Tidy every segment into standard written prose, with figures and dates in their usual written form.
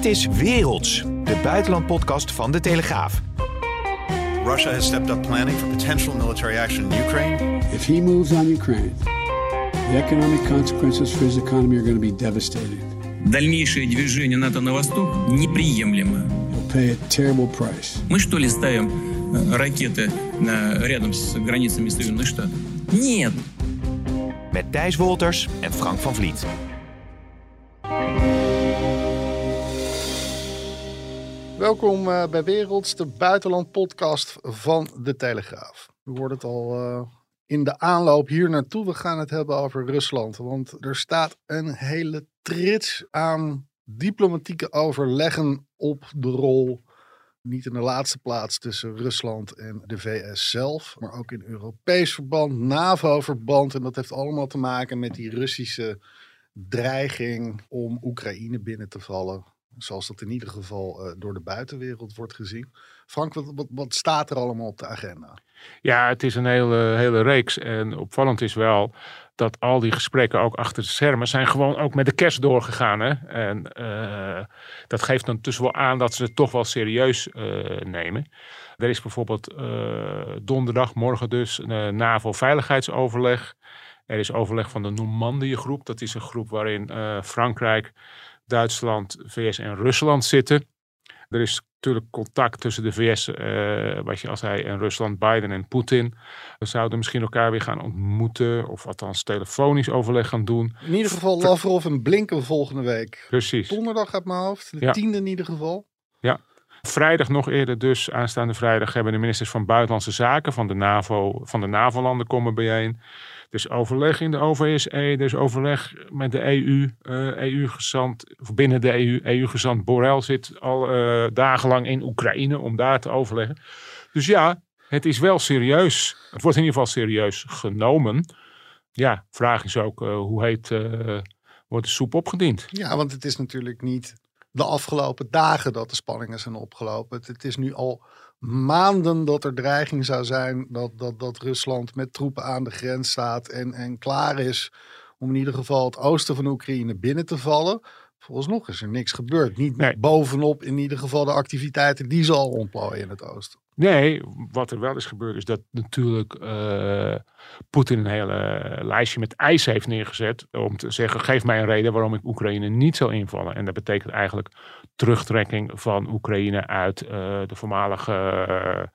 Dit is Werelds, de buitenlandpodcast van De Telegraaf. Russia has stepped up planning for potential military action in Ukraine. If he moves on Ukraine, the economic consequences for his economy are going to be devastating. Дальнейшее движение НАТО на восток неприемлемо. He'll pay a terrible price. Мы что ли ставим ракеты рядом с границами Соединенных Штатов? Нет. Met Thijs Wolters en Frank van Vliet. Welkom bij Werelds, de buitenlandpodcast van De Telegraaf. We hoorden het al in de aanloop hier naartoe. We gaan het hebben over Rusland. Want er staat een hele trits aan diplomatieke overleggen op de rol. Niet in de laatste plaats tussen Rusland en de VS zelf. Maar ook in Europees verband, NAVO-verband. En dat heeft allemaal te maken met die Russische dreiging om Oekraïne binnen te vallen. Zoals dat in ieder geval door de buitenwereld wordt gezien. Frank, wat staat er allemaal op de agenda? Ja, het is een hele reeks. En opvallend is wel dat al die gesprekken ook achter de schermen zijn gewoon ook met de kerst doorgegaan. Hè? En dat geeft dan dus wel aan dat ze het toch wel serieus nemen. Er is bijvoorbeeld donderdag, morgen dus, NAVO-veiligheidsoverleg. Er is overleg van de Normandië-groep. Dat is een groep waarin Frankrijk, Duitsland, VS en Rusland zitten. Er is natuurlijk contact tussen de VS, wat je al zei, en Rusland, Biden en Poetin. We zouden misschien elkaar weer gaan ontmoeten, of althans telefonisch overleg gaan doen. In ieder geval Lavrov en Blinken volgende week. Precies. Donderdag uit mijn hoofd, de 10e in ieder geval. Ja. Vrijdag nog eerder dus, aanstaande vrijdag, hebben de ministers van Buitenlandse Zaken van de NAVO-landen komen bijeen. Er is overleg in de OVSE, er is overleg met de EU, EU-gezant, of binnen de EU, EU-gezant Borrell zit al dagenlang in Oekraïne om daar te overleggen. Dus ja, het is wel serieus. Het wordt in ieder geval serieus genomen. Ja, vraag is ook, hoe heet wordt de soep opgediend? Ja, want het is natuurlijk niet de afgelopen dagen dat de spanningen zijn opgelopen. Het is nu al maanden dat er dreiging zou zijn dat Rusland met troepen aan de grens staat en klaar is om in ieder geval het oosten van Oekraïne binnen te vallen. Vooralsnog is er niks gebeurd. Niet bovenop in ieder geval de activiteiten die ze al ontplooien in het oosten. Nee, wat er wel is gebeurd is dat natuurlijk Poetin een hele lijstje met eisen heeft neergezet om te zeggen, geef mij een reden waarom ik Oekraïne niet zal invallen. En dat betekent eigenlijk terugtrekking van Oekraïne uit de voormalige,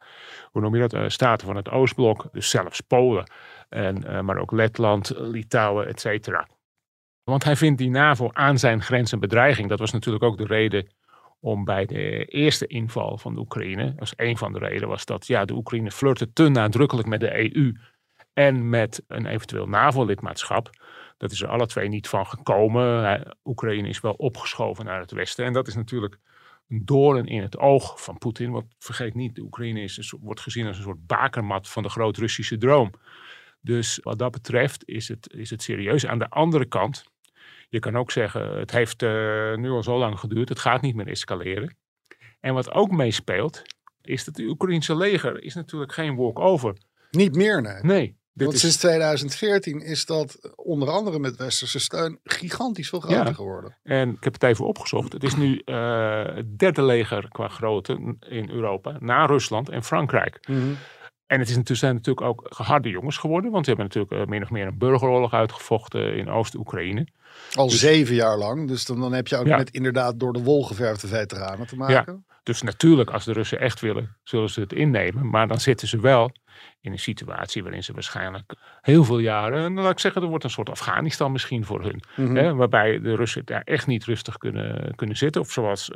staten van het Oostblok. Dus zelfs Polen, maar ook Letland, Litouwen, et cetera. Want hij vindt die NAVO aan zijn grens een bedreiging. Dat was natuurlijk ook de reden om bij de eerste inval van de Oekraïne, dat was een van de redenen, was dat de Oekraïne flirte te nadrukkelijk met de EU en met een eventueel NAVO-lidmaatschap. Dat is er alle twee niet van gekomen. Oekraïne is wel opgeschoven naar het westen en dat is natuurlijk een doorn in het oog van Poetin. Want vergeet niet, de Oekraïne wordt gezien als een soort bakermat van de Groot-Russische droom. Dus wat dat betreft is het serieus. Aan de andere kant, je kan ook zeggen, het heeft nu al zo lang geduurd, het gaat niet meer escaleren. En wat ook meespeelt, is dat het Oekraïense leger is natuurlijk geen walk-over. Niet meer, nee. Want sinds 2014 is dat onder andere met westerse steun gigantisch veel groter geworden. En ik heb het even opgezocht. Het is nu het derde leger qua grootte in Europa, na Rusland en Frankrijk. Mm-hmm. En het zijn natuurlijk ook geharde jongens geworden. Want ze hebben natuurlijk min of meer een burgeroorlog uitgevochten in Oost-Oekraïne. Al 7 jaar lang. Dus dan heb je ook met inderdaad door de wol geverfde veteranen te maken. Ja, dus natuurlijk als de Russen echt willen, zullen ze het innemen. Maar dan zitten ze wel in een situatie waarin ze waarschijnlijk heel veel jaren, en laat ik zeggen, er wordt een soort Afghanistan misschien voor hun. Mm-hmm. Hè, waarbij de Russen daar echt niet rustig kunnen zitten. Of zoals,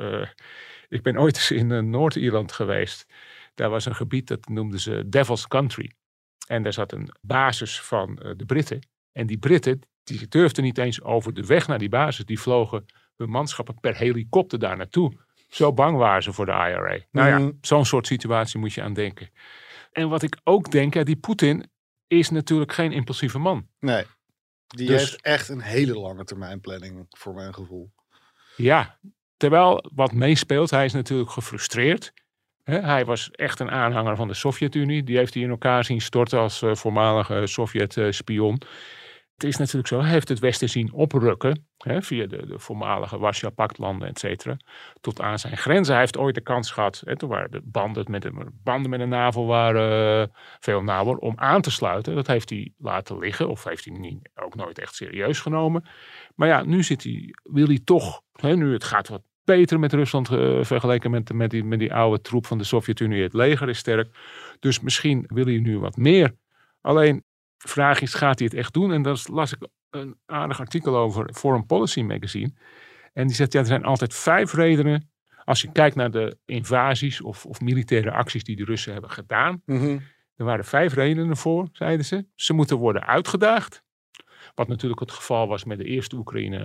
ik ben ooit eens in Noord-Ierland geweest. Daar was een gebied, dat noemden ze Devil's Country. En daar zat een basis van de Britten. En die Britten, die durfden niet eens over de weg naar die basis. Die vlogen hun manschappen per helikopter daar naartoe. Zo bang waren ze voor de IRA. Nou ja, zo'n soort situatie moet je aan denken. En wat ik ook denk, die Poetin is natuurlijk geen impulsieve man. Nee, die heeft echt een hele lange termijn planning voor mijn gevoel. Ja, terwijl wat meespeelt, hij is natuurlijk gefrustreerd. Hij was echt een aanhanger van de Sovjet-Unie. Die heeft hij in elkaar zien storten als voormalige Sovjet-spion. Het is natuurlijk zo, hij heeft het Westen zien oprukken, via de voormalige Warschau-pactlanden, et cetera, tot aan zijn grenzen. Hij heeft ooit de kans gehad, toen waren de banden met de NAVO waren veel nauwer, om aan te sluiten. Dat heeft hij laten liggen, of heeft hij ook nooit echt serieus genomen. Maar ja, nu wil hij toch, nu het gaat wat beter met Rusland vergeleken met die oude troep van de Sovjet-Unie. Het leger is sterk, dus misschien wil hij nu wat meer. Alleen, de vraag is, gaat hij het echt doen? En daar las ik een aardig artikel over Foreign Policy Magazine. En die zegt, er zijn altijd 5 redenen. Als je kijkt naar de invasies of militaire acties die de Russen hebben gedaan. Mhm. Er waren 5 redenen voor, zeiden ze. Ze moeten worden uitgedaagd. Wat natuurlijk het geval was met de eerste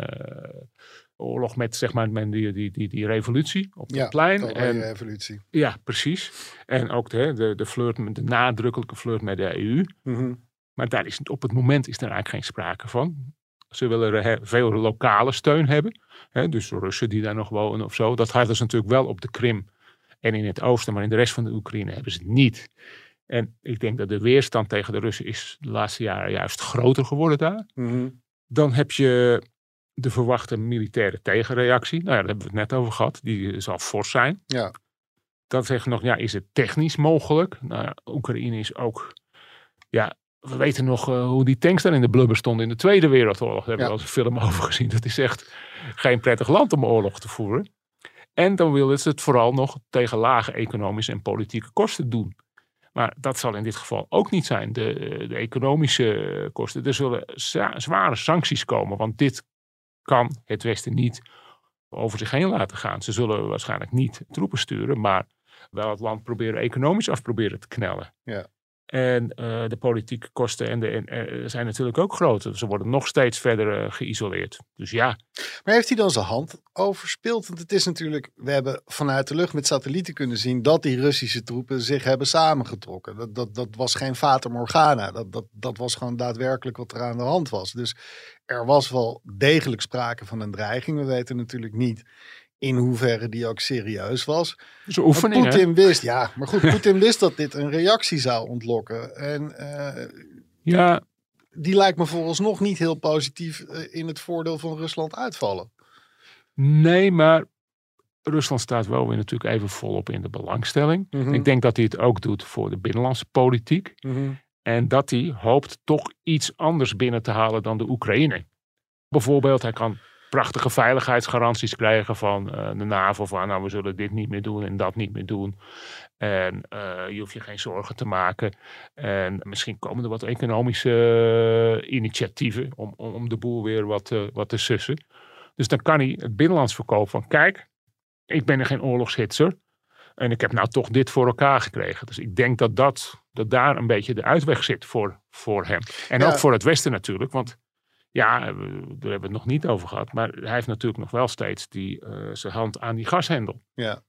Oekraïne-oorlog. Met zeg maar die revolutie op het plein. De revolutie. Ja, precies. En ook de flirt, de nadrukkelijke flirt met de EU. Mhm. Maar op het moment is er eigenlijk geen sprake van. Ze willen veel lokale steun hebben. Dus de Russen die daar nog wonen of zo. Dat hadden ze natuurlijk wel op de Krim en in het oosten. Maar in de rest van de Oekraïne hebben ze het niet. En ik denk dat de weerstand tegen de Russen is de laatste jaren juist groter geworden daar. Mhm. Dan heb je de verwachte militaire tegenreactie. Nou ja, daar hebben we het net over gehad. Die zal fors zijn. Ja. Dan zeggen we nog, is het technisch mogelijk? Nou ja, Oekraïne is ook... Ja, we weten nog hoe die tanks daar in de blubber stonden in de Tweede Wereldoorlog. Daar hebben we al eens een film over gezien. Dat is echt geen prettig land om oorlog te voeren. En dan willen ze het vooral nog tegen lage economische en politieke kosten doen. Maar dat zal in dit geval ook niet zijn. De economische kosten. Er zullen zware sancties komen. Want dit kan het Westen niet over zich heen laten gaan. Ze zullen waarschijnlijk niet troepen sturen. Maar wel het land economisch proberen te knellen. Ja. En de politieke kosten zijn natuurlijk ook groot. Ze worden nog steeds verder geïsoleerd. Dus ja. Maar heeft hij dan zijn hand overspeeld? Want het is natuurlijk, we hebben vanuit de lucht met satellieten kunnen zien dat die Russische troepen zich hebben samengetrokken. Dat was geen Fata Morgana. Dat was gewoon daadwerkelijk wat er aan de hand was. Dus er was wel degelijk sprake van een dreiging. We weten natuurlijk niet in hoeverre die ook serieus was. Dus oefening, Poetin wist, maar goed, Poetin wist dat dit een reactie zou ontlokken. En die lijkt me vooralsnog niet heel positief in het voordeel van Rusland uitvallen. Nee, maar Rusland staat wel weer natuurlijk even volop in de belangstelling. Mm-hmm. Ik denk dat hij het ook doet voor de binnenlandse politiek. Mm-hmm. En dat hij hoopt toch iets anders binnen te halen dan de Oekraïne. Bijvoorbeeld, hij kan prachtige veiligheidsgaranties krijgen van de NAVO. Van we zullen dit niet meer doen en dat niet meer doen. En je hoeft je geen zorgen te maken. En misschien komen er wat economische initiatieven om de boel weer wat te sussen. Dus dan kan hij het binnenlands verkopen van kijk, ik ben er geen oorlogshitser. En ik heb nou toch dit voor elkaar gekregen. Dus ik denk dat daar een beetje de uitweg zit voor hem. En ook voor het Westen natuurlijk, want daar hebben we het nog niet over gehad. Maar hij heeft natuurlijk nog wel steeds zijn hand aan die gashendel. Ja.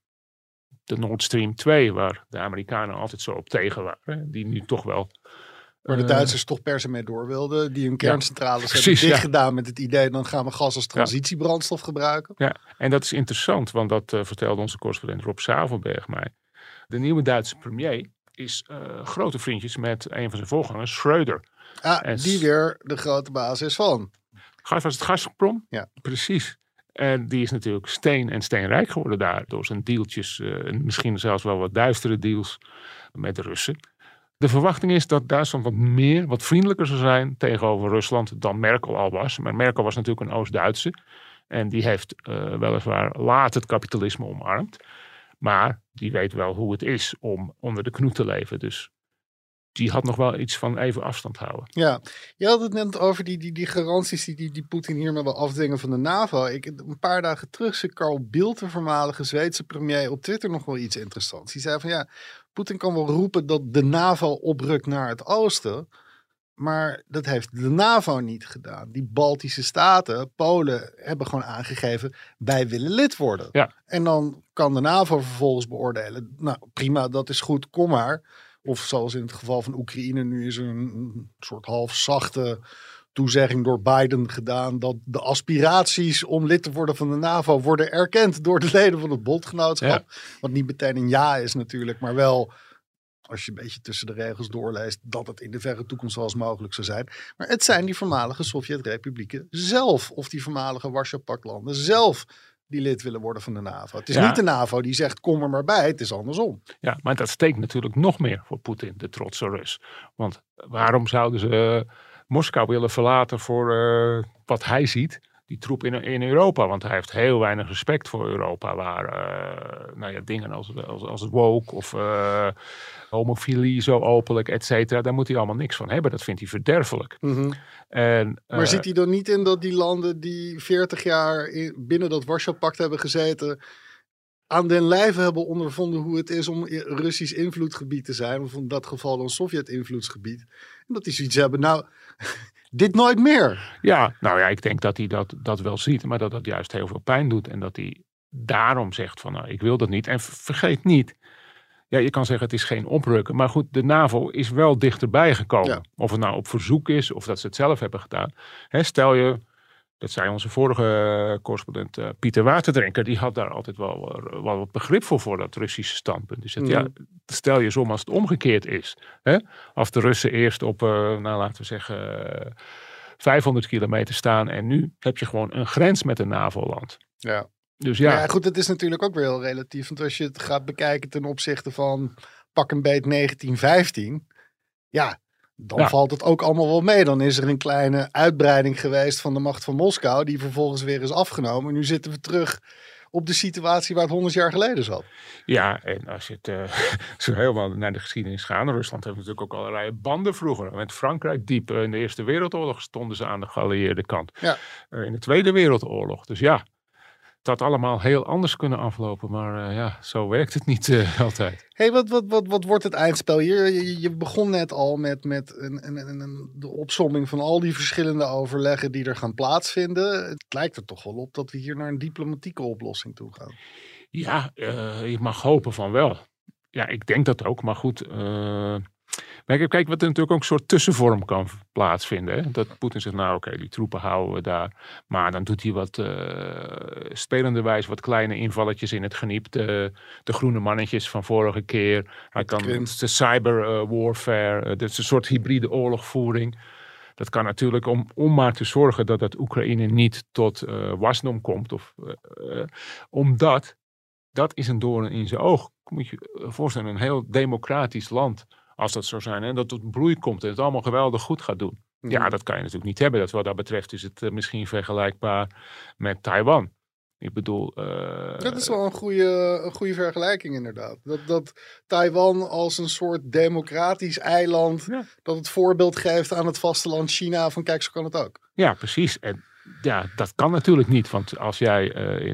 De Nord Stream 2, waar de Amerikanen altijd zo op tegen waren. Die nu toch wel... Waar de Duitsers toch per se mee door wilden. Die hun kerncentrales hebben dicht gedaan met het idee, dan gaan we gas als transitiebrandstof gebruiken. Ja, en dat is interessant, want dat vertelde onze correspondent Rob Zavelberg mij. De nieuwe Duitse premier is grote vriendjes met een van zijn voorgangers, Schröder. Die weer de grote baas is van. Was het Gazprom? Ja. Precies. En die is natuurlijk steenrijk geworden daar. Door zijn dealtjes, misschien zelfs wel wat duistere deals met de Russen. De verwachting is dat Duitsland wat vriendelijker zou zijn tegenover Rusland dan Merkel al was. Maar Merkel was natuurlijk een Oost-Duitse. En die heeft weliswaar laat het kapitalisme omarmd. Maar die weet wel hoe het is om onder de knoet te leven. Dus die had nog wel iets van even afstand houden. Ja, je had het net over die garanties die Poetin hiermee wil afdwingen van de NAVO. Een paar dagen terug zei Carl Bildt, de voormalige Zweedse premier, op Twitter nog wel iets interessants. Die zei van Poetin kan wel roepen dat de NAVO oprukt naar het oosten. Maar dat heeft de NAVO niet gedaan. Die Baltische staten, Polen, hebben gewoon aangegeven, wij willen lid worden. Ja. En dan kan de NAVO vervolgens beoordelen, nou prima, dat is goed, kom maar. Of zoals in het geval van Oekraïne, nu is er een soort half zachte toezegging door Biden gedaan dat de aspiraties om lid te worden van de NAVO worden erkend door de leden van het bondgenootschap. Ja. Wat niet meteen een ja is natuurlijk, maar wel als je een beetje tussen de regels doorleest, dat het in de verre toekomst wel eens mogelijk zou zijn. Maar het zijn die voormalige Sovjet-republieken zelf, of die voormalige Warschau-Pact-landen zelf, die lid willen worden van de NAVO. Het is niet de NAVO die zegt, kom er maar bij, het is andersom. Ja, maar dat steekt natuurlijk nog meer voor Poetin, de trotse Rus. Want waarom zouden ze Moskou willen verlaten voor wat hij ziet, die troep in Europa? Want hij heeft heel weinig respect voor Europa, waar dingen als woke of homofilie zo openlijk, et cetera, daar moet hij allemaal niks van hebben. Dat vindt hij verderfelijk. Mm-hmm. Maar ziet hij dan niet in dat die landen die 40 jaar binnen dat Warschau-pact hebben gezeten, aan den lijve hebben ondervonden hoe het is om Russisch invloedgebied te zijn, of in dat geval dan Sovjet-invloedsgebied, en dat die zoiets hebben, nou, dit nooit meer. Ja, nou ja, ik denk dat hij dat wel ziet, maar dat dat juist heel veel pijn doet en dat hij daarom zegt van, nou, ik wil dat niet. En vergeet niet, ja, je kan zeggen het is geen oprukken, maar goed, de NAVO is wel dichterbij gekomen. Ja. Of het nou op verzoek is, of dat ze het zelf hebben gedaan. Stel je, dat zei onze vorige correspondent Pieter Waterdrinker, die had daar altijd wel wat begrip voor dat Russische standpunt. Dus stel je som als het omgekeerd is. Als de Russen eerst op, laten we zeggen, 500 kilometer staan en nu heb je gewoon een grens met een NAVO-land. Ja. Dus ja. Ja, goed, het is natuurlijk ook weer heel relatief. Want als je het gaat bekijken ten opzichte van pak een beet 1915. Ja, dan valt het ook allemaal wel mee. Dan is er een kleine uitbreiding geweest van de macht van Moskou, die vervolgens weer is afgenomen. En nu zitten we terug op de situatie waar het 100 jaar geleden zat. Ja, en als je het zo helemaal naar de geschiedenis gaat. Rusland heeft natuurlijk ook allerlei banden vroeger. Met Frankrijk diep. In de Eerste Wereldoorlog stonden ze aan de geallieerde kant. Ja. In de Tweede Wereldoorlog. Dus ja, het had allemaal heel anders kunnen aflopen. Maar zo werkt het niet altijd. Hey, wat wordt het eindspel hier? Je begon net al met de opsomming van al die verschillende overleggen die er gaan plaatsvinden. Het lijkt er toch wel op dat we hier naar een diplomatieke oplossing toe gaan. Ja, je mag hopen van wel. Ja, ik denk dat ook. Maar goed, kijk, wat er natuurlijk ook een soort tussenvorm kan plaatsvinden. Hè? Dat Poetin zegt, nou oké, die troepen houden we daar. Maar dan doet hij wat spelenderwijs wat kleine invalletjes in het geniep. De groene mannetjes van vorige keer. Hij kan de cyber warfare. Dat is een soort hybride oorlogvoering. Dat kan natuurlijk om maar te zorgen dat Oekraïne niet tot wasdom komt. Omdat, dat is een doorn in zijn oog. Moet je voorstellen, een heel democratisch land, als dat zou zijn, en dat tot bloei komt en het allemaal geweldig goed gaat doen. Ja, dat kan je natuurlijk niet hebben. Wat dat betreft is het misschien vergelijkbaar met Taiwan. Ik bedoel... dat is wel een goede vergelijking inderdaad. Dat Taiwan als een soort democratisch eiland, dat het voorbeeld geeft aan het vasteland China van kijk, zo kan het ook. Ja, precies. En ja, dat kan natuurlijk niet. Want als jij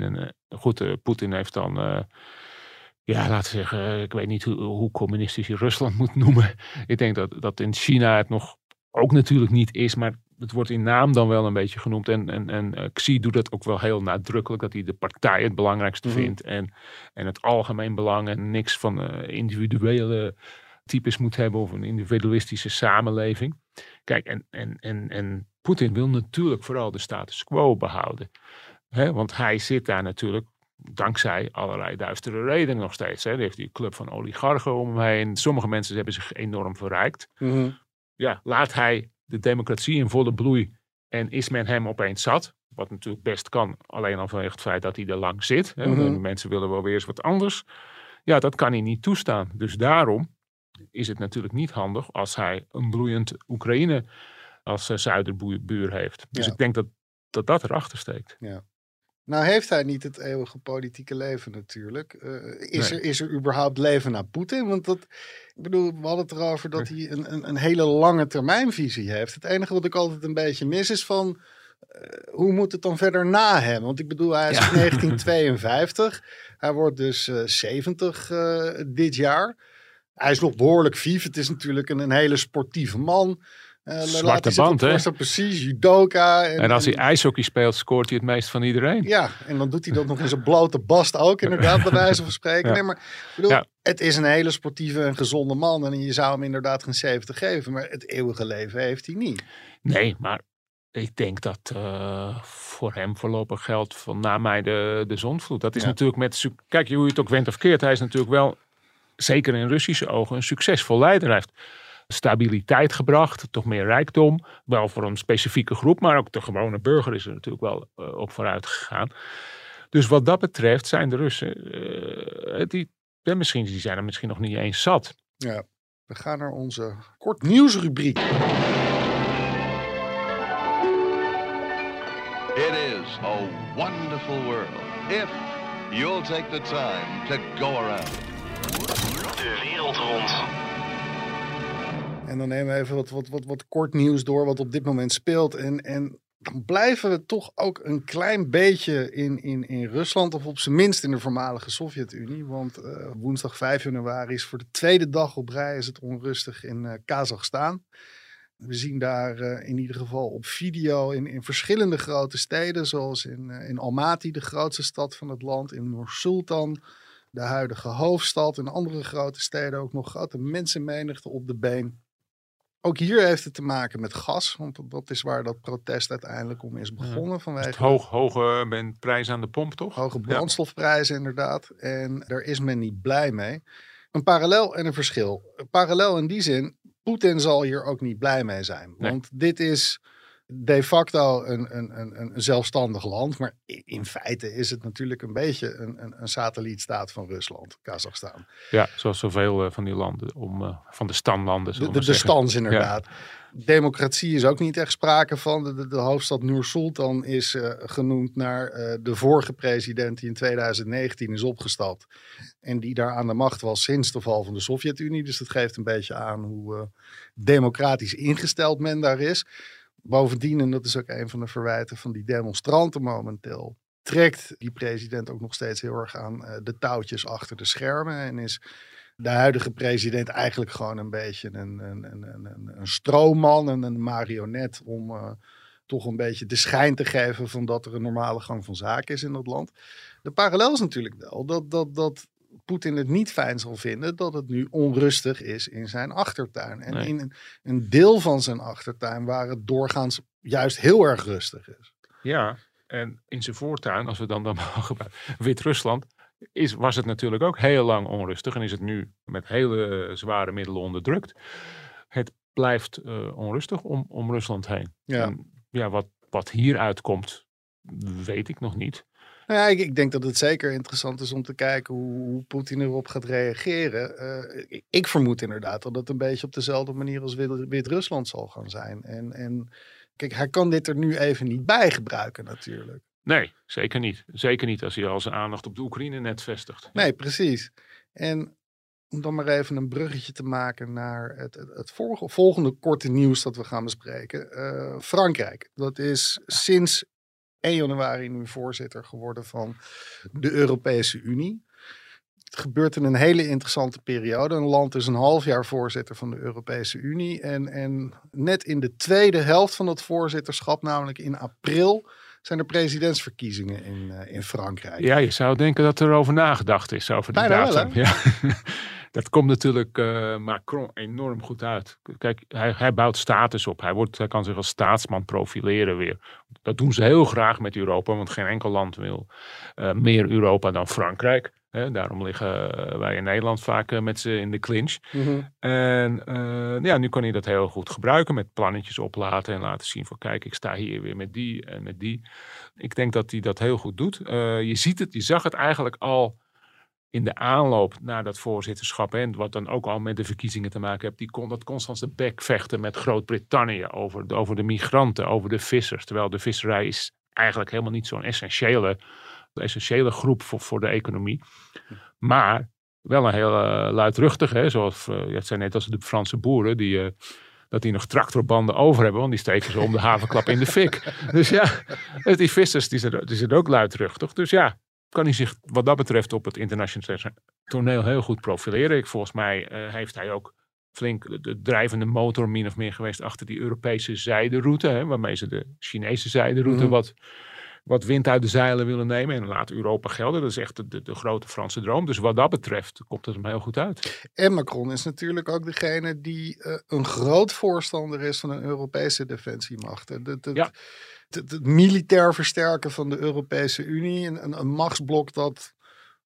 Poetin heeft dan... laten we zeggen, ik weet niet hoe communistisch je Rusland moet noemen. Ik denk dat in China het nog ook natuurlijk niet is, maar het wordt in naam dan wel een beetje genoemd. En Xi doet dat ook wel heel nadrukkelijk, dat hij de partij het belangrijkste vindt. En het algemeen belang en niks van individuele types moet hebben of een individualistische samenleving. Kijk, en Poetin wil natuurlijk vooral de status quo behouden. Want hij zit daar natuurlijk dankzij allerlei duistere redenen nog steeds. Hij heeft die club van oligarchen om hem heen. Sommige mensen hebben zich enorm verrijkt. Mm-hmm. Ja, laat hij de democratie in volle bloei en is men hem opeens zat. Wat natuurlijk best kan, alleen al vanwege het feit dat hij er lang zit. Mm-hmm. De mensen willen wel weer eens wat anders. Ja, dat kan hij niet toestaan. Dus daarom is het natuurlijk niet handig als hij een bloeiend Oekraïne als zuiderbuur heeft. Dus ik denk dat erachter steekt. Ja. Nou heeft hij niet het eeuwige politieke leven natuurlijk. Is er überhaupt leven na Poetin? Want we hadden het erover dat hij een hele lange termijnvisie heeft. Het enige wat ik altijd een beetje mis is van, hoe moet het dan verder na hem? Want ik bedoel, hij is 1952. Hij wordt dus 70 dit jaar. Hij is nog behoorlijk vief. Het is natuurlijk een hele sportieve man. Zwarte band, hè? Precies, judoka. En als hij ijshockey speelt, scoort hij het meest van iedereen. Ja, en dan doet hij dat nog in zijn blote bast ook, inderdaad, bij wijze van spreken. Ja. Nee, maar het is een hele sportieve en gezonde man. En je zou hem inderdaad geen 70 geven. Maar het eeuwige leven heeft hij niet. Nee, maar ik denk dat voor hem voorlopig geldt van na mij de zondvloed. Dat is natuurlijk kijk, hoe je het ook went of keert. Hij is natuurlijk wel zeker in Russische ogen, een succesvol leider. Hij heeft stabiliteit gebracht, toch meer rijkdom. Wel voor een specifieke groep, maar ook de gewone burger is er natuurlijk wel op vooruit gegaan. Dus wat dat betreft zijn de Russen, die zijn er misschien nog niet eens zat. Ja, we gaan naar onze kort nieuwsrubriek. It is a wonderful world if you'll take the time to go around. De wereld rond. En dan nemen we even wat kort nieuws door wat op dit moment speelt. En dan blijven we toch ook een klein beetje in Rusland, of op zijn minst in de voormalige Sovjet-Unie. Want woensdag 5 januari is voor de tweede dag op rij is het onrustig in Kazachstan. We zien daar in ieder geval op video in verschillende grote steden, zoals in Almaty, de grootste stad van het land, in Nur-Sultan, de huidige hoofdstad, en andere grote steden ook nog grote mensenmenigte op de been. Ook hier heeft het te maken met gas, want dat is waar dat protest uiteindelijk om is begonnen. Vanwege hoge prijs aan de pomp, toch? Hoge brandstofprijzen, inderdaad. En daar is men niet blij mee. Een parallel en een verschil. Een parallel in die zin, Poetin zal hier ook niet blij mee zijn. Nee. Want dit is de facto een zelfstandig land. Maar in feite is het natuurlijk een beetje een satellietstaat van Rusland, Kazachstan. Ja, zoals zoveel van die landen, van de stamlanden. De stans inderdaad. Ja. Democratie is ook niet echt sprake van. De hoofdstad Nur-Sultan is genoemd naar de vorige president die in 2019 is opgestapt. En die daar aan de macht was sinds de val van de Sovjet-Unie. Dus dat geeft een beetje aan hoe democratisch ingesteld men daar is. Bovendien, en dat is ook een van de verwijten van die demonstranten momenteel, trekt die president ook nog steeds heel erg aan de touwtjes achter de schermen. En is de huidige president eigenlijk gewoon een beetje een stroomman en een marionet om toch een beetje de schijn te geven van dat er een normale gang van zaken is in dat land. De parallel is natuurlijk wel dat Poetin het niet fijn zal vinden dat het nu onrustig is in zijn achtertuin. En in een deel van zijn achtertuin waar het doorgaans juist heel erg rustig is. Ja, en in zijn voortuin, als we dan mogen gebruiken, Wit-Rusland, was het natuurlijk ook heel lang onrustig en is het nu met hele zware middelen onderdrukt. Het blijft onrustig om Rusland heen. Ja. En ja, wat hieruit komt, weet ik nog niet. Nou ja, ik denk dat het zeker interessant is om te kijken hoe Poetin erop gaat reageren. Ik vermoed inderdaad dat het een beetje op dezelfde manier als Wit-Rusland zal gaan zijn. En kijk, hij kan dit er nu even niet bij gebruiken natuurlijk. Nee, zeker niet. Zeker niet als hij al zijn aandacht op de Oekraïne net vestigt. Nee, precies. En om dan maar even een bruggetje te maken naar het volgende korte nieuws dat we gaan bespreken. Frankrijk, dat is sinds 1 januari nu voorzitter geworden van de Europese Unie. Het gebeurt in een hele interessante periode. Een land is een half jaar voorzitter van de Europese Unie. En net in de tweede helft van dat voorzitterschap, namelijk in april, zijn er presidentsverkiezingen in Frankrijk. Ja, je zou denken dat er over nagedacht is, over die datum. Ja. Dat komt natuurlijk Macron enorm goed uit. Kijk, hij bouwt status op. Hij kan zich als staatsman profileren weer. Dat doen ze heel graag met Europa, want geen enkel land wil meer Europa dan Frankrijk. Daarom liggen wij in Nederland vaak met ze in de clinch. Mm-hmm. En nu kan hij dat heel goed gebruiken met plannetjes oplaten en laten zien van kijk, ik sta hier weer met die en met die. Ik denk dat hij dat heel goed doet. Je zag het eigenlijk al in de aanloop naar dat voorzitterschap, en wat dan ook al met de verkiezingen te maken heeft, die kon dat constant de bek vechten met Groot-Brittannië over de migranten, over de vissers. Terwijl de visserij is eigenlijk helemaal niet zo'n essentiële groep voor de economie. Maar wel een heel luidruchtige, zoals het zijn net als de Franse boeren, dat die nog tractorbanden over hebben, want die steken ze om de haverklap in de fik. Dus ja, die vissers die zijn ook luidruchtig. Dus ja, kan hij zich wat dat betreft op het internationale toneel heel goed profileren. Volgens mij heeft hij ook flink de drijvende motor min of meer geweest achter die Europese zijderoute, waarmee ze de Chinese zijderoute wat wind uit de zeilen willen nemen en laten Europa gelden. Dat is echt de grote Franse droom. Dus wat dat betreft komt het hem heel goed uit. En Macron is natuurlijk ook degene die een groot voorstander is van een Europese defensiemacht. Het militair versterken van de Europese Unie. Een machtsblok dat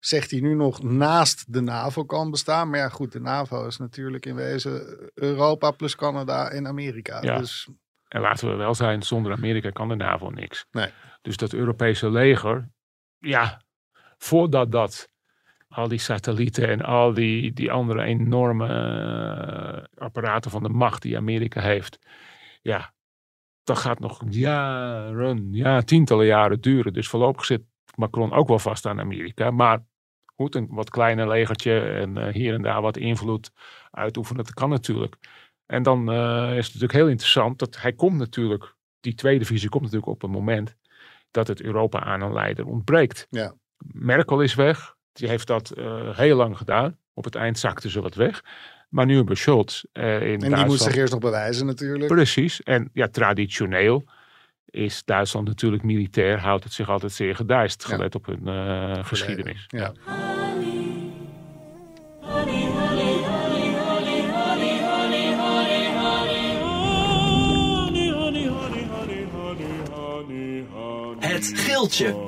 zegt hij nu nog, naast de NAVO kan bestaan. Maar ja goed, de NAVO is natuurlijk in wezen Europa plus Canada en Amerika. Ja. Dus En laten we wel zijn, zonder Amerika kan de NAVO niks. nee. Dus dat Europese leger, ja, voordat al die satellieten en al die andere enorme apparaten van de macht die Amerika heeft, ja, dat gaat nog tientallen jaren duren. Dus voorlopig zit Macron ook wel vast aan Amerika. Maar goed, een wat kleiner legertje en hier en daar wat invloed uitoefenen, dat kan natuurlijk. En dan is het natuurlijk heel interessant dat hij komt natuurlijk, die tweede visie komt natuurlijk op een moment dat het Europa aan een leider ontbreekt. Ja. Merkel is weg. Die heeft dat heel lang gedaan. Op het eind zakte ze wat weg. Maar nu hebben Scholz in Duitsland. En die moet zich eerst nog bewijzen natuurlijk. Precies. En ja, traditioneel is Duitsland natuurlijk militair. Houdt het zich altijd zeer gedijst. Gelet op hun geschiedenis. Ja. Het Geeltje.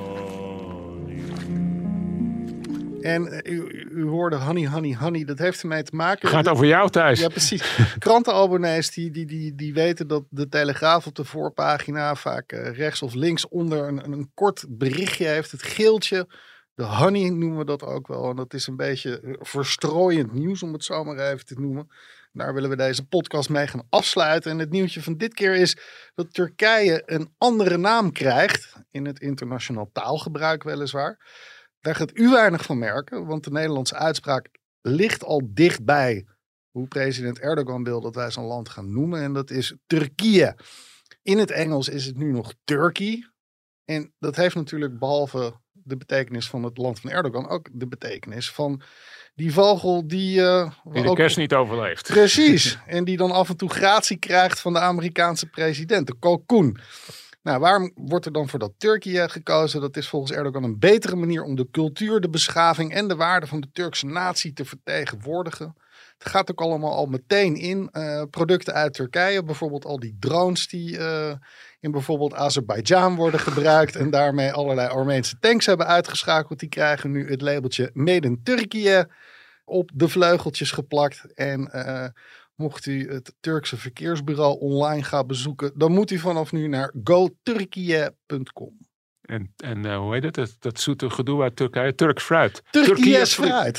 En u hoorde honey, honey, honey. Dat heeft ermee te maken. Gaat over jou, Thijs. Ja, precies. Krantenabonnees die weten dat de Telegraaf op de voorpagina vaak rechts of links onder een kort berichtje heeft. Het geeltje. De honey noemen we dat ook wel. En dat is een beetje verstrooiend nieuws, om het zo maar even te noemen. Daar willen we deze podcast mee gaan afsluiten. En het nieuwtje van dit keer is dat Turkije een andere naam krijgt. In het internationaal taalgebruik weliswaar. Daar gaat u weinig van merken, want de Nederlandse uitspraak ligt al dichtbij hoe president Erdogan wil dat wij zijn land gaan noemen. En dat is Turkije. In het Engels is het nu nog Turkey. En dat heeft natuurlijk behalve de betekenis van het land van Erdogan ook de betekenis van die vogel die de kerst niet overleeft. Precies. En die dan af en toe gratie krijgt van de Amerikaanse president, de kalkoen. Nou, waarom wordt er dan voor dat Turkije gekozen? Dat is volgens Erdogan een betere manier om de cultuur, de beschaving en de waarden van de Turkse natie te vertegenwoordigen. Het gaat ook allemaal al meteen in producten uit Turkije. Bijvoorbeeld al die drones die in bijvoorbeeld Azerbeidzjan worden gebruikt. En daarmee allerlei Armeense tanks hebben uitgeschakeld. Die krijgen nu het labeltje Made in Turkije op de vleugeltjes geplakt. En mocht u het Turkse verkeersbureau online gaan bezoeken, dan moet u vanaf nu naar goturkije.com. En hoe heet het? Dat zoete gedoe uit Turkije. Turks fruit. Turkiye's fruit.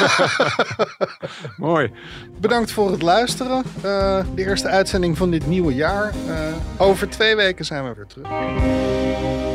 Mooi. Bedankt voor het luisteren. De eerste uitzending van dit nieuwe jaar. Over 2 weken zijn we weer terug.